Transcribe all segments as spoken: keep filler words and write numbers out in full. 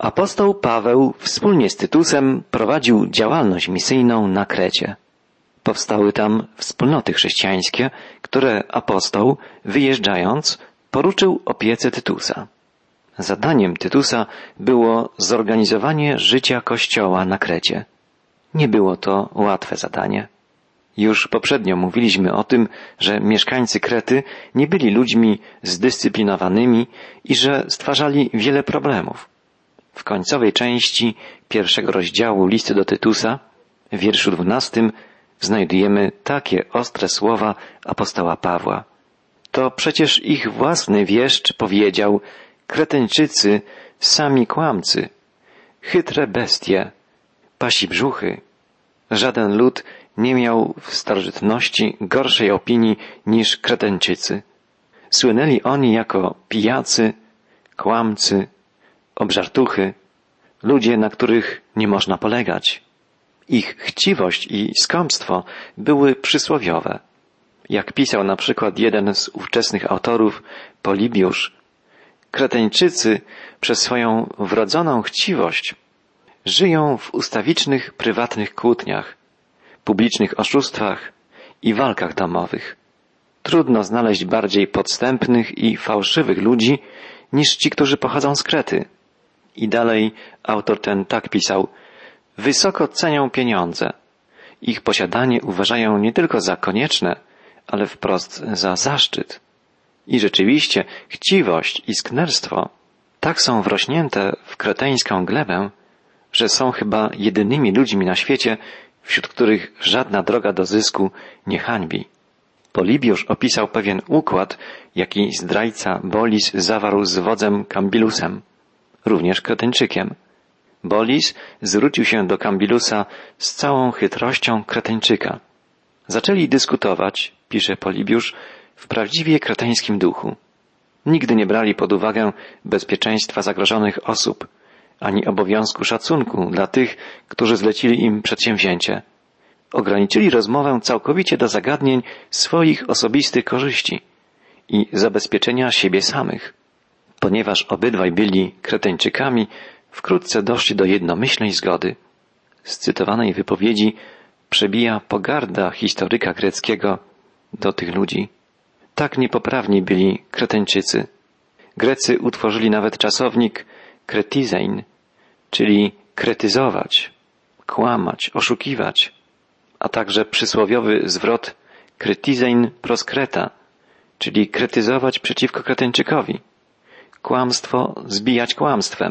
Apostoł Paweł wspólnie z Tytusem prowadził działalność misyjną na Krecie. Powstały tam wspólnoty chrześcijańskie, które apostoł, wyjeżdżając, poruczył opiece Tytusa. Zadaniem Tytusa było zorganizowanie życia Kościoła na Krecie. Nie było to łatwe zadanie. Już poprzednio mówiliśmy o tym, że mieszkańcy Krety nie byli ludźmi zdyscyplinowanymi i że stwarzali wiele problemów. W końcowej części pierwszego rozdziału listu do Tytusa, w wierszu dwunastym, znajdujemy takie ostre słowa apostoła Pawła. To przecież ich własny wieszcz powiedział: Kreteńczycy, sami kłamcy, chytre bestie, pasi brzuchy. Żaden lud nie miał w starożytności gorszej opinii niż Kreteńczycy. Słynęli oni jako pijacy, kłamcy, obżartuchy, ludzie, na których nie można polegać. Ich chciwość i skąpstwo były przysłowiowe. Jak pisał na przykład jeden z ówczesnych autorów, Polibiusz, Kreteńczycy przez swoją wrodzoną chciwość żyją w ustawicznych, prywatnych kłótniach, publicznych oszustwach i walkach domowych. Trudno znaleźć bardziej podstępnych i fałszywych ludzi niż ci, którzy pochodzą z Krety. I dalej autor ten tak pisał: wysoko cenią pieniądze. Ich posiadanie uważają nie tylko za konieczne, ale wprost za zaszczyt. I rzeczywiście chciwość i sknerstwo tak są wrośnięte w kreteńską glebę, że są chyba jedynymi ludźmi na świecie, wśród których żadna droga do zysku nie hańbi. Polibiusz opisał pewien układ, jaki zdrajca Bolis zawarł z wodzem Kambilusem, również Kreteńczykiem. Bolis zwrócił się do Kambilusa z całą chytrością Kreteńczyka. Zaczęli dyskutować, pisze Polibiusz, w prawdziwie kreteńskim duchu. Nigdy nie brali pod uwagę bezpieczeństwa zagrożonych osób, ani obowiązku szacunku dla tych, którzy zlecili im przedsięwzięcie. Ograniczyli rozmowę całkowicie do zagadnień swoich osobistych korzyści i zabezpieczenia siebie samych. Ponieważ obydwaj byli Kreteńczykami, wkrótce doszli do jednomyślnej zgody. Z cytowanej wypowiedzi przebija pogarda historyka greckiego do tych ludzi. Tak niepoprawni byli Kreteńczycy. Grecy utworzyli nawet czasownik kretizein, czyli kretyzować, kłamać, oszukiwać, a także przysłowiowy zwrot kretizein pros kreta, czyli kretyzować przeciwko Kreteńczykowi, kłamstwo zbijać kłamstwem,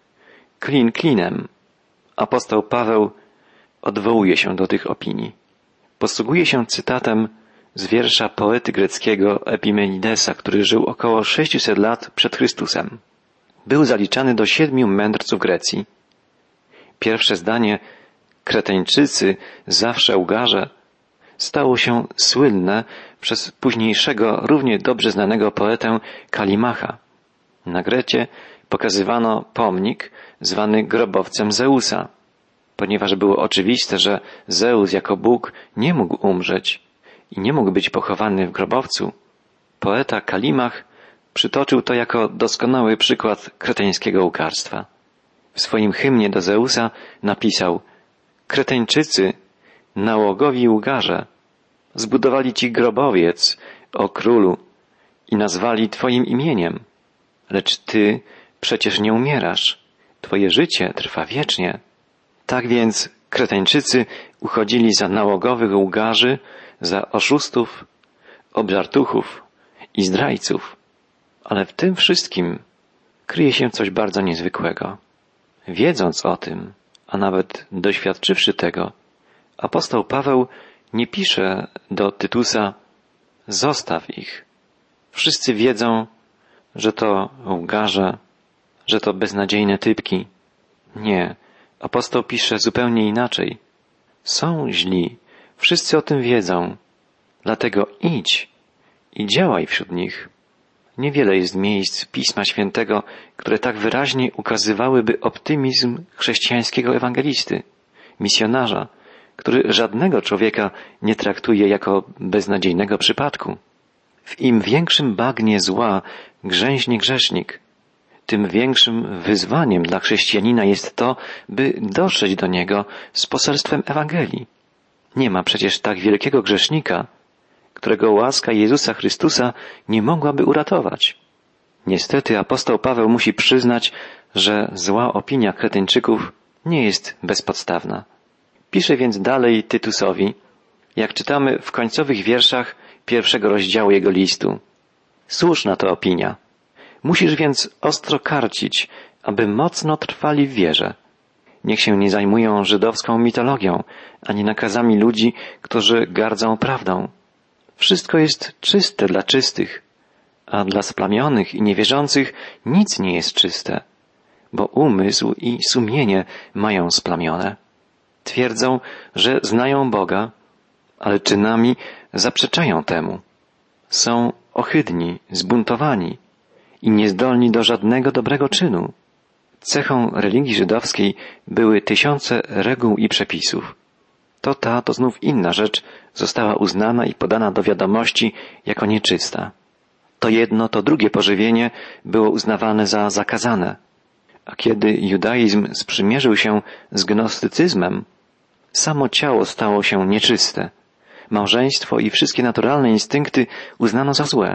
klin klinem. Apostoł Paweł odwołuje się do tych opinii. Posługuje się cytatem z wiersza poety greckiego Epimenidesa, który żył około sześćset lat przed Chrystusem. Był zaliczany do siedmiu mędrców Grecji. Pierwsze zdanie Kreteńczycy, zawsze łgarze, stało się słynne przez późniejszego, równie dobrze znanego poetę Kalimacha. Na Grecie pokazywano pomnik zwany grobowcem Zeusa, ponieważ było oczywiste, że Zeus jako Bóg nie mógł umrzeć i nie mógł być pochowany w grobowcu. Poeta Kalimach przytoczył to jako doskonały przykład kreteńskiego łgarstwa. W swoim hymnie do Zeusa napisał: Kreteńczycy, nałogowi łgarze, zbudowali ci grobowiec, o królu, i nazwali twoim imieniem. Lecz ty przecież nie umierasz. Twoje życie trwa wiecznie. Tak więc Kreteńczycy uchodzili za nałogowych łgarzy, za oszustów, obżartuchów i zdrajców. Ale w tym wszystkim kryje się coś bardzo niezwykłego. Wiedząc o tym, a nawet doświadczywszy tego, apostoł Paweł nie pisze do Tytusa: zostaw ich. Wszyscy wiedzą, że to łgarze, że to beznadziejne typki. Nie, apostoł pisze zupełnie inaczej. Są źli, wszyscy o tym wiedzą, dlatego idź i działaj wśród nich. Niewiele jest miejsc Pisma Świętego, które tak wyraźnie ukazywałyby optymizm chrześcijańskiego ewangelisty, misjonarza, który żadnego człowieka nie traktuje jako beznadziejnego przypadku. W im większym bagnie zła grzęźnie grzesznik, tym większym wyzwaniem dla chrześcijanina jest to, by dotrzeć do niego z poselstwem Ewangelii. Nie ma przecież tak wielkiego grzesznika, którego łaska Jezusa Chrystusa nie mogłaby uratować. Niestety apostoł Paweł musi przyznać, że zła opinia Kretyńczyków nie jest bezpodstawna. Pisze więc dalej Tytusowi, jak czytamy w końcowych wierszach pierwszego rozdziału jego listu. Słuszna to opinia. Musisz więc ostro karcić, aby mocno trwali w wierze. Niech się nie zajmują żydowską mitologią, ani nakazami ludzi, którzy gardzą prawdą. Wszystko jest czyste dla czystych, a dla splamionych i niewierzących nic nie jest czyste, bo umysł i sumienie mają splamione. Twierdzą, że znają Boga, ale czynami zaprzeczają temu. Są ohydni, zbuntowani i niezdolni do żadnego dobrego czynu. Cechą religii żydowskiej były tysiące reguł i przepisów. To ta, to znów inna rzecz została uznana i podana do wiadomości jako nieczysta. To jedno, to drugie pożywienie było uznawane za zakazane. A kiedy judaizm sprzymierzył się z gnostycyzmem, samo ciało stało się nieczyste. Małżeństwo i wszystkie naturalne instynkty uznano za złe.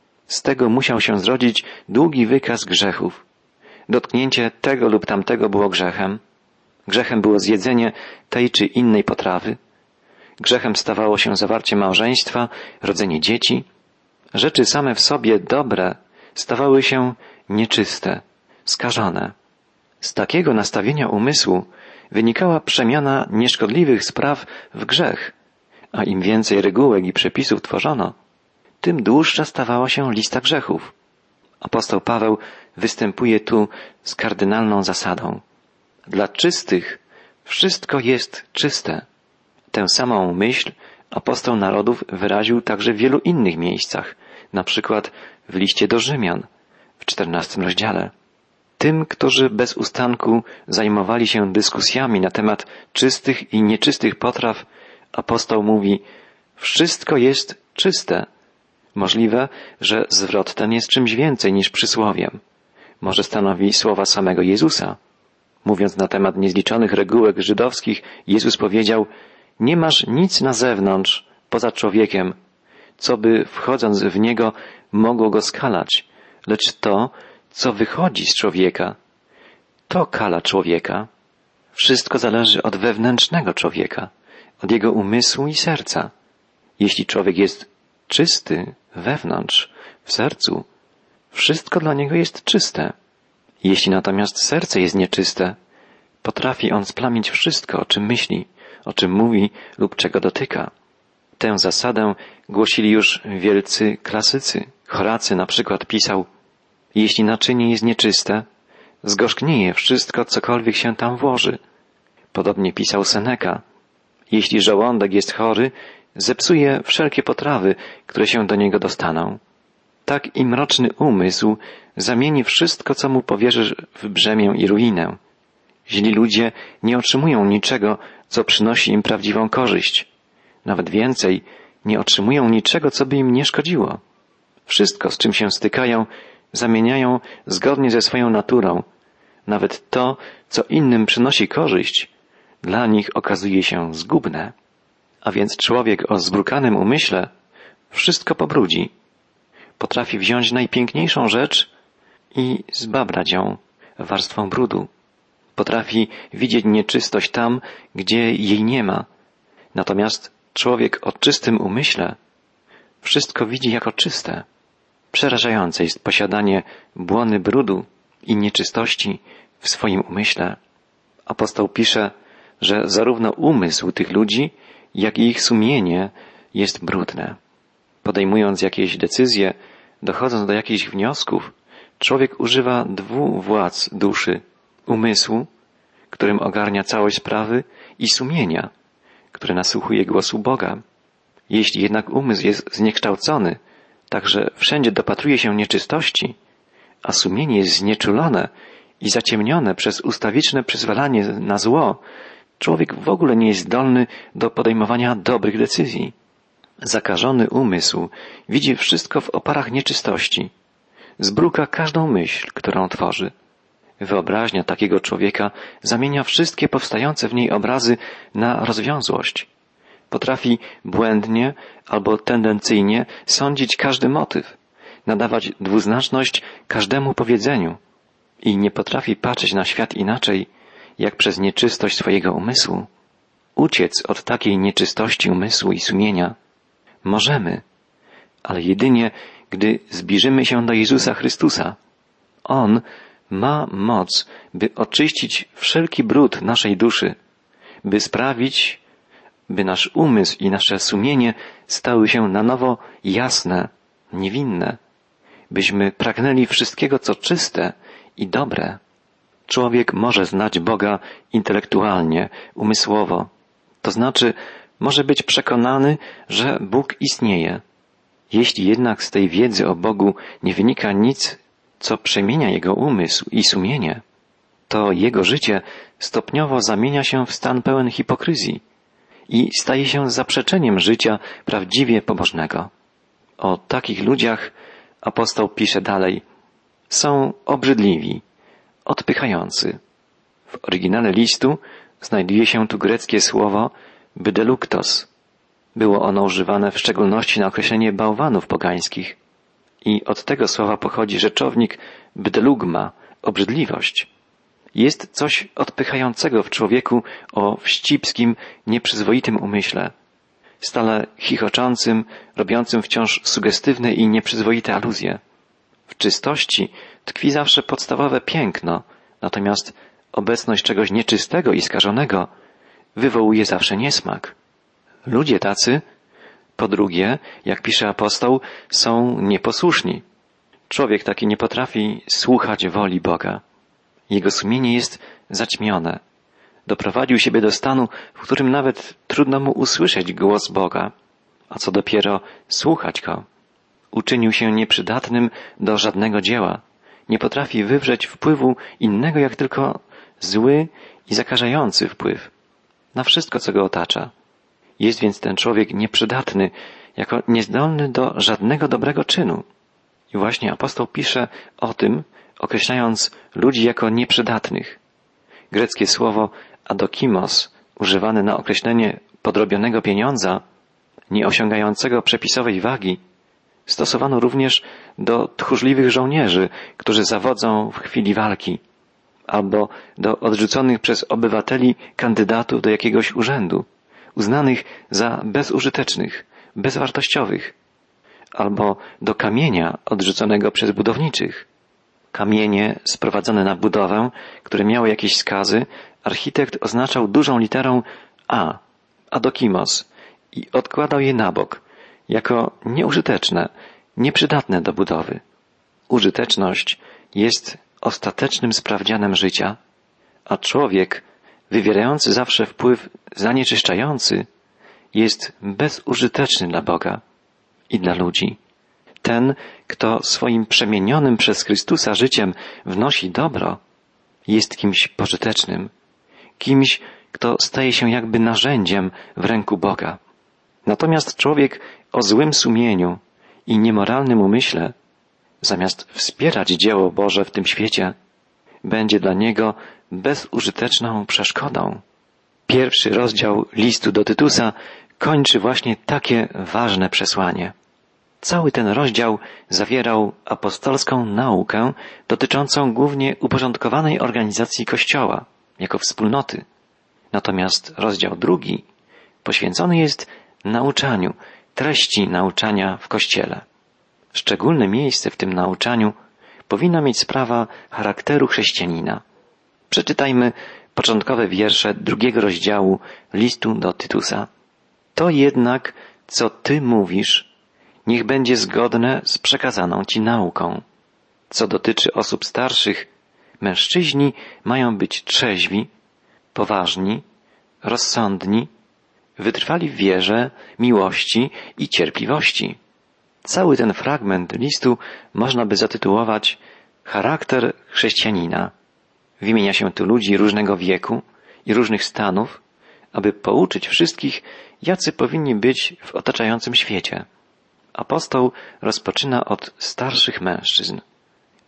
Z tego musiał się zrodzić długi wykaz grzechów. Dotknięcie tego lub tamtego było grzechem. Grzechem było zjedzenie tej czy innej potrawy. Grzechem stawało się zawarcie małżeństwa, rodzenie dzieci. Rzeczy same w sobie dobre stawały się nieczyste, skażone. Z takiego nastawienia umysłu wynikała przemiana nieszkodliwych spraw w grzech, a im więcej regułek i przepisów tworzono, tym dłuższa stawała się lista grzechów. Apostoł Paweł występuje tu z kardynalną zasadą. Dla czystych wszystko jest czyste. Tę samą myśl apostoł narodów wyraził także w wielu innych miejscach, na przykład w liście do Rzymian, w czternastym rozdziale. Tym, którzy bez ustanku zajmowali się dyskusjami na temat czystych i nieczystych potraw, apostoł mówi, wszystko jest czyste. Możliwe, że zwrot ten jest czymś więcej niż przysłowiem. Może stanowi słowa samego Jezusa. Mówiąc na temat niezliczonych regułek żydowskich, Jezus powiedział, nie masz nic na zewnątrz, poza człowiekiem, co by wchodząc w niego mogło go skalać, lecz to, co wychodzi z człowieka, to kala człowieka. Wszystko zależy od wewnętrznego człowieka, od jego umysłu i serca. Jeśli człowiek jest czysty wewnątrz, w sercu, wszystko dla niego jest czyste. Jeśli natomiast serce jest nieczyste, potrafi on splamić wszystko, o czym myśli, o czym mówi lub czego dotyka. Tę zasadę głosili już wielcy klasycy. Horacy na przykład pisał, jeśli naczynie jest nieczyste, zgorzknieje wszystko, cokolwiek się tam włoży. Podobnie pisał Seneca. Jeśli żołądek jest chory, zepsuje wszelkie potrawy, które się do niego dostaną. Tak i mroczny umysł zamieni wszystko, co mu powierzysz, w brzemię i ruinę. Źli ludzie nie otrzymują niczego, co przynosi im prawdziwą korzyść. Nawet więcej, nie otrzymują niczego, co by im nie szkodziło. Wszystko, z czym się stykają, zamieniają zgodnie ze swoją naturą. Nawet to, co innym przynosi korzyść, dla nich okazuje się zgubne. A więc człowiek o zbrukanym umyśle wszystko pobrudzi. Potrafi wziąć najpiękniejszą rzecz i zbabrać ją warstwą brudu. Potrafi widzieć nieczystość tam, gdzie jej nie ma. Natomiast człowiek o czystym umyśle wszystko widzi jako czyste. Przerażające jest posiadanie błony brudu i nieczystości w swoim umyśle. Apostoł pisze, że zarówno umysł tych ludzi, jak i ich sumienie jest brudne. Podejmując jakieś decyzje, dochodząc do jakichś wniosków, człowiek używa dwóch władz duszy, umysłu, którym ogarnia całość sprawy, i sumienia, które nasłuchuje głosu Boga. Jeśli jednak umysł jest zniekształcony, tak że wszędzie dopatruje się nieczystości, a sumienie jest znieczulone i zaciemnione przez ustawiczne przyzwalanie na zło, człowiek w ogóle nie jest zdolny do podejmowania dobrych decyzji. Zakażony umysł widzi wszystko w oparach nieczystości. zbruka każdą myśl, którą tworzy. Wyobraźnia takiego człowieka zamienia wszystkie powstające w niej obrazy na rozwiązłość. Potrafi błędnie albo tendencyjnie sądzić każdy motyw, nadawać dwuznaczność każdemu powiedzeniu i nie potrafi patrzeć na świat inaczej, jak przez nieczystość swojego umysłu. Uciec od takiej nieczystości umysłu i sumienia możemy, ale jedynie, gdy zbliżymy się do Jezusa Chrystusa. On ma moc, by oczyścić wszelki brud naszej duszy, by sprawić, by nasz umysł i nasze sumienie stały się na nowo jasne, niewinne, byśmy pragnęli wszystkiego, co czyste i dobre. Człowiek może znać Boga intelektualnie, umysłowo, to znaczy może być przekonany, że Bóg istnieje. Jeśli jednak z tej wiedzy o Bogu nie wynika nic, co przemienia jego umysł i sumienie, to jego życie stopniowo zamienia się w stan pełen hipokryzji i staje się zaprzeczeniem życia prawdziwie pobożnego. O takich ludziach apostoł pisze dalej: są obrzydliwi, odpychający. W oryginale listu znajduje się tu greckie słowo bdeluktos. Było ono używane w szczególności na określenie bałwanów pogańskich. I od tego słowa pochodzi rzeczownik bdelugma, obrzydliwość. Jest coś odpychającego w człowieku o wścibskim, nieprzyzwoitym umyśle, stale chichoczącym, robiącym wciąż sugestywne i nieprzyzwoite aluzje. W czystości tkwi zawsze podstawowe piękno, natomiast obecność czegoś nieczystego i skażonego wywołuje zawsze niesmak. Ludzie tacy, po drugie, jak pisze apostoł, są nieposłuszni. Człowiek taki nie potrafi słuchać woli Boga. Jego sumienie jest zaćmione. Doprowadził siebie do stanu, w którym nawet trudno mu usłyszeć głos Boga, a co dopiero słuchać Go. Uczynił się nieprzydatnym do żadnego dzieła. Nie potrafi wywrzeć wpływu innego jak tylko zły i zakażający wpływ na wszystko, co go otacza. Jest więc ten człowiek nieprzydatny, jako niezdolny do żadnego dobrego czynu. I właśnie apostoł pisze o tym, określając ludzi jako nieprzydatnych. Greckie słowo adokimos, używane na określenie podrobionego pieniądza, nieosiągającego przepisowej wagi, stosowano również do tchórzliwych żołnierzy, którzy zawodzą w chwili walki, albo do odrzuconych przez obywateli kandydatów do jakiegoś urzędu, uznanych za bezużytecznych, bezwartościowych, albo do kamienia odrzuconego przez budowniczych. Kamienie sprowadzone na budowę, które miały jakieś skazy, architekt oznaczał dużą literą A, adokimos, i odkładał je na bok, jako nieużyteczne, nieprzydatne do budowy. Użyteczność jest ostatecznym sprawdzianem życia, a człowiek, wywierający zawsze wpływ zanieczyszczający, jest bezużyteczny dla Boga i dla ludzi. Ten, kto swoim przemienionym przez Chrystusa życiem wnosi dobro, jest kimś pożytecznym, kimś, kto staje się jakby narzędziem w ręku Boga. Natomiast człowiek o złym sumieniu i niemoralnym umyśle, zamiast wspierać dzieło Boże w tym świecie, będzie dla niego bezużyteczną przeszkodą. Pierwszy rozdział listu do Tytusa kończy właśnie takie ważne przesłanie. Cały ten rozdział zawierał apostolską naukę dotyczącą głównie uporządkowanej organizacji Kościoła jako wspólnoty. Natomiast rozdział drugi poświęcony jest nauczaniu, treści nauczania w Kościele. Szczególne miejsce w tym nauczaniu powinna mieć sprawa charakteru chrześcijanina. Przeczytajmy początkowe wiersze drugiego rozdziału listu do Tytusa. To jednak, co Ty mówisz, niech będzie zgodne z przekazaną Ci nauką. Co dotyczy osób starszych, mężczyźni mają być trzeźwi, poważni, rozsądni, wytrwali w wierze, miłości i cierpliwości. Cały ten fragment listu można by zatytułować Charakter chrześcijanina. Wymienia się tu ludzi różnego wieku i różnych stanów, aby pouczyć wszystkich, jacy powinni być w otaczającym świecie. Apostoł rozpoczyna od starszych mężczyzn.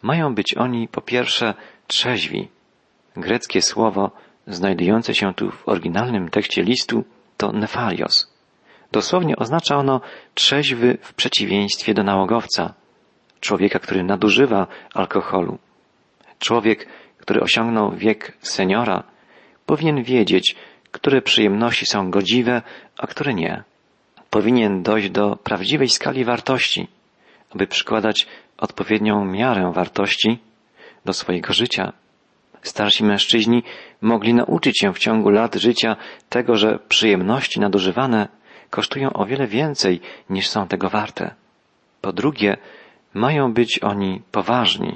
Mają być oni po pierwsze trzeźwi. Greckie słowo znajdujące się tu w oryginalnym tekście listu to nefarios. Dosłownie oznacza ono trzeźwy w przeciwieństwie do nałogowca, człowieka, który nadużywa alkoholu. Człowiek, który osiągnął wiek seniora, powinien wiedzieć, które przyjemności są godziwe, a które nie. Powinien dojść do prawdziwej skali wartości, aby przykładać odpowiednią miarę wartości do swojego życia. Starsi mężczyźni mogli nauczyć się w ciągu lat życia tego, że przyjemności nadużywane kosztują o wiele więcej, niż są tego warte. Po drugie, mają być oni poważni.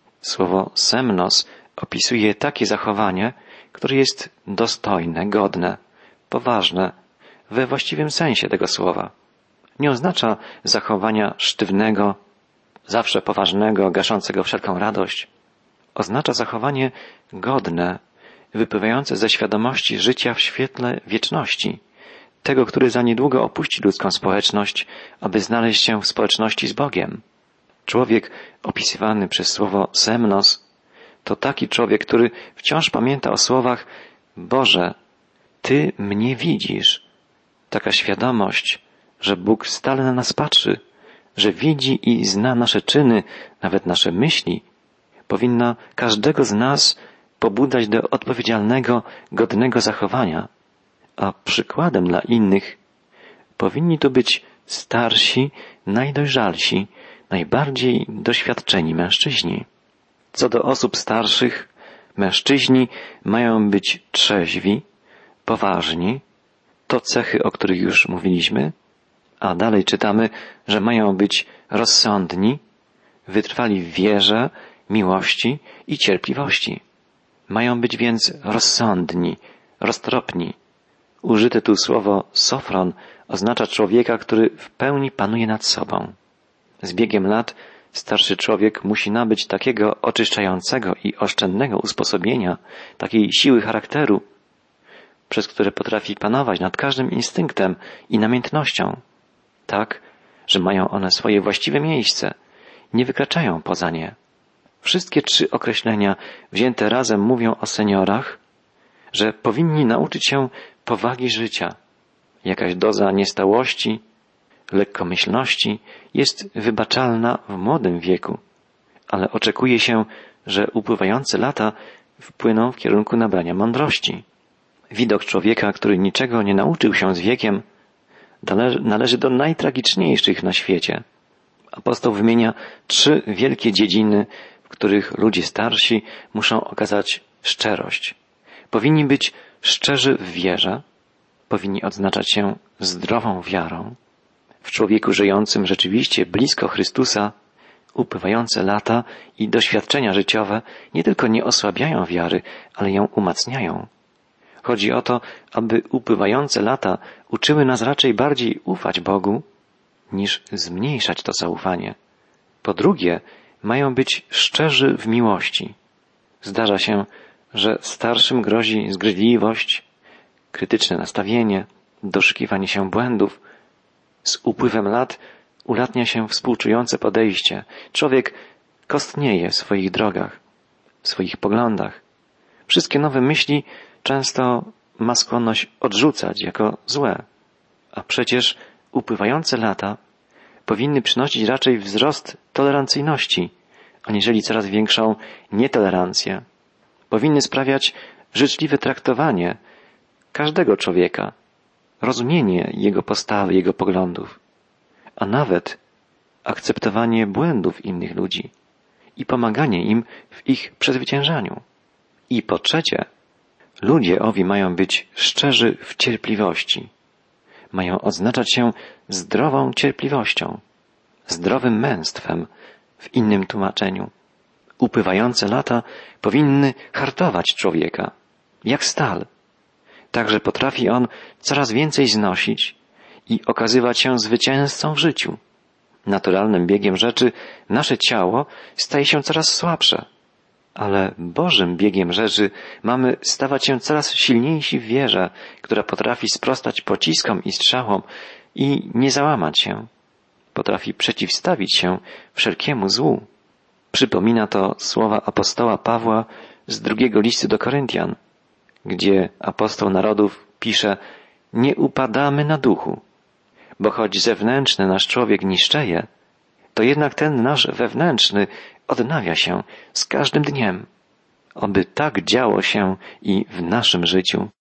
Słowo semnos opisuje takie zachowanie, które jest dostojne, godne, poważne, we właściwym sensie tego słowa. Nie oznacza zachowania sztywnego, zawsze poważnego, gaszącego wszelką radość. Oznacza zachowanie godne, wypływające ze świadomości życia w świetle wieczności, tego, który za niedługo opuści ludzką społeczność, aby znaleźć się w społeczności z Bogiem. Człowiek opisywany przez słowo semnos to taki człowiek, który wciąż pamięta o słowach: Boże, Ty mnie widzisz. Taka świadomość, że Bóg stale na nas patrzy, że widzi i zna nasze czyny, nawet nasze myśli, powinna każdego z nas pobudzać do odpowiedzialnego, godnego zachowania, a przykładem dla innych powinni to być starsi, najdojrzalsi, najbardziej doświadczeni mężczyźni. Co do osób starszych, mężczyźni mają być trzeźwi, poważni, to cechy, o których już mówiliśmy, a dalej czytamy, że mają być rozsądni, wytrwali w wierze, miłości i cierpliwości. Mają być więc rozsądni, roztropni. Użyte tu słowo sofron oznacza człowieka, który w pełni panuje nad sobą. Z biegiem lat starszy człowiek musi nabyć takiego oczyszczającego i oszczędnego usposobienia, takiej siły charakteru, przez które potrafi panować nad każdym instynktem i namiętnością, tak, że mają one swoje właściwe miejsce, nie wykraczają poza nie. Wszystkie trzy określenia wzięte razem mówią o seniorach, że powinni nauczyć się powagi życia. Jakaś doza niestałości, lekkomyślności jest wybaczalna w młodym wieku, ale oczekuje się, że upływające lata wpłyną w kierunku nabrania mądrości. Widok człowieka, który niczego nie nauczył się z wiekiem, należy do najtragiczniejszych na świecie. Apostoł wymienia trzy wielkie dziedziny, w których ludzie starsi muszą okazać szczerość. Powinni być szczerzy w wierze, powinni odznaczać się zdrową wiarą. W człowieku żyjącym rzeczywiście blisko Chrystusa upływające lata i doświadczenia życiowe nie tylko nie osłabiają wiary, ale ją umacniają. Chodzi o to, aby upływające lata uczyły nas raczej bardziej ufać Bogu, niż zmniejszać to zaufanie. Po drugie, mają być szczerzy w miłości. Zdarza się, że starszym grozi zgryźliwość, krytyczne nastawienie, doszukiwanie się błędów. Z upływem lat ulatnia się współczujące podejście. Człowiek kostnieje w swoich drogach, w swoich poglądach. Wszystkie nowe myśli często ma skłonność odrzucać jako złe. A przecież upływające lata powinny przynosić raczej wzrost tolerancyjności, aniżeli coraz większą nietolerancję. Powinny sprawiać życzliwe traktowanie każdego człowieka, rozumienie jego postawy, jego poglądów, a nawet akceptowanie błędów innych ludzi i pomaganie im w ich przezwyciężaniu. I po trzecie, ludzie owi mają być szczerzy w cierpliwości. Mają odznaczać się zdrową cierpliwością, zdrowym męstwem w innym tłumaczeniu. Upływające lata powinny hartować człowieka, jak stal. Także potrafi on coraz więcej znosić i okazywać się zwycięzcą w życiu. Naturalnym biegiem rzeczy nasze ciało staje się coraz słabsze, ale Bożym biegiem rzeczy mamy stawać się coraz silniejsi w wierze, która potrafi sprostać pociskom i strzałom i nie załamać się. Potrafi przeciwstawić się wszelkiemu złu. Przypomina to słowa apostoła Pawła z drugiego listu do Koryntian, gdzie apostoł narodów pisze: nie upadamy na duchu, bo choć zewnętrzny nasz człowiek niszczeje, to jednak ten nasz wewnętrzny odnawia się z każdym dniem. Oby tak działo się i w naszym życiu.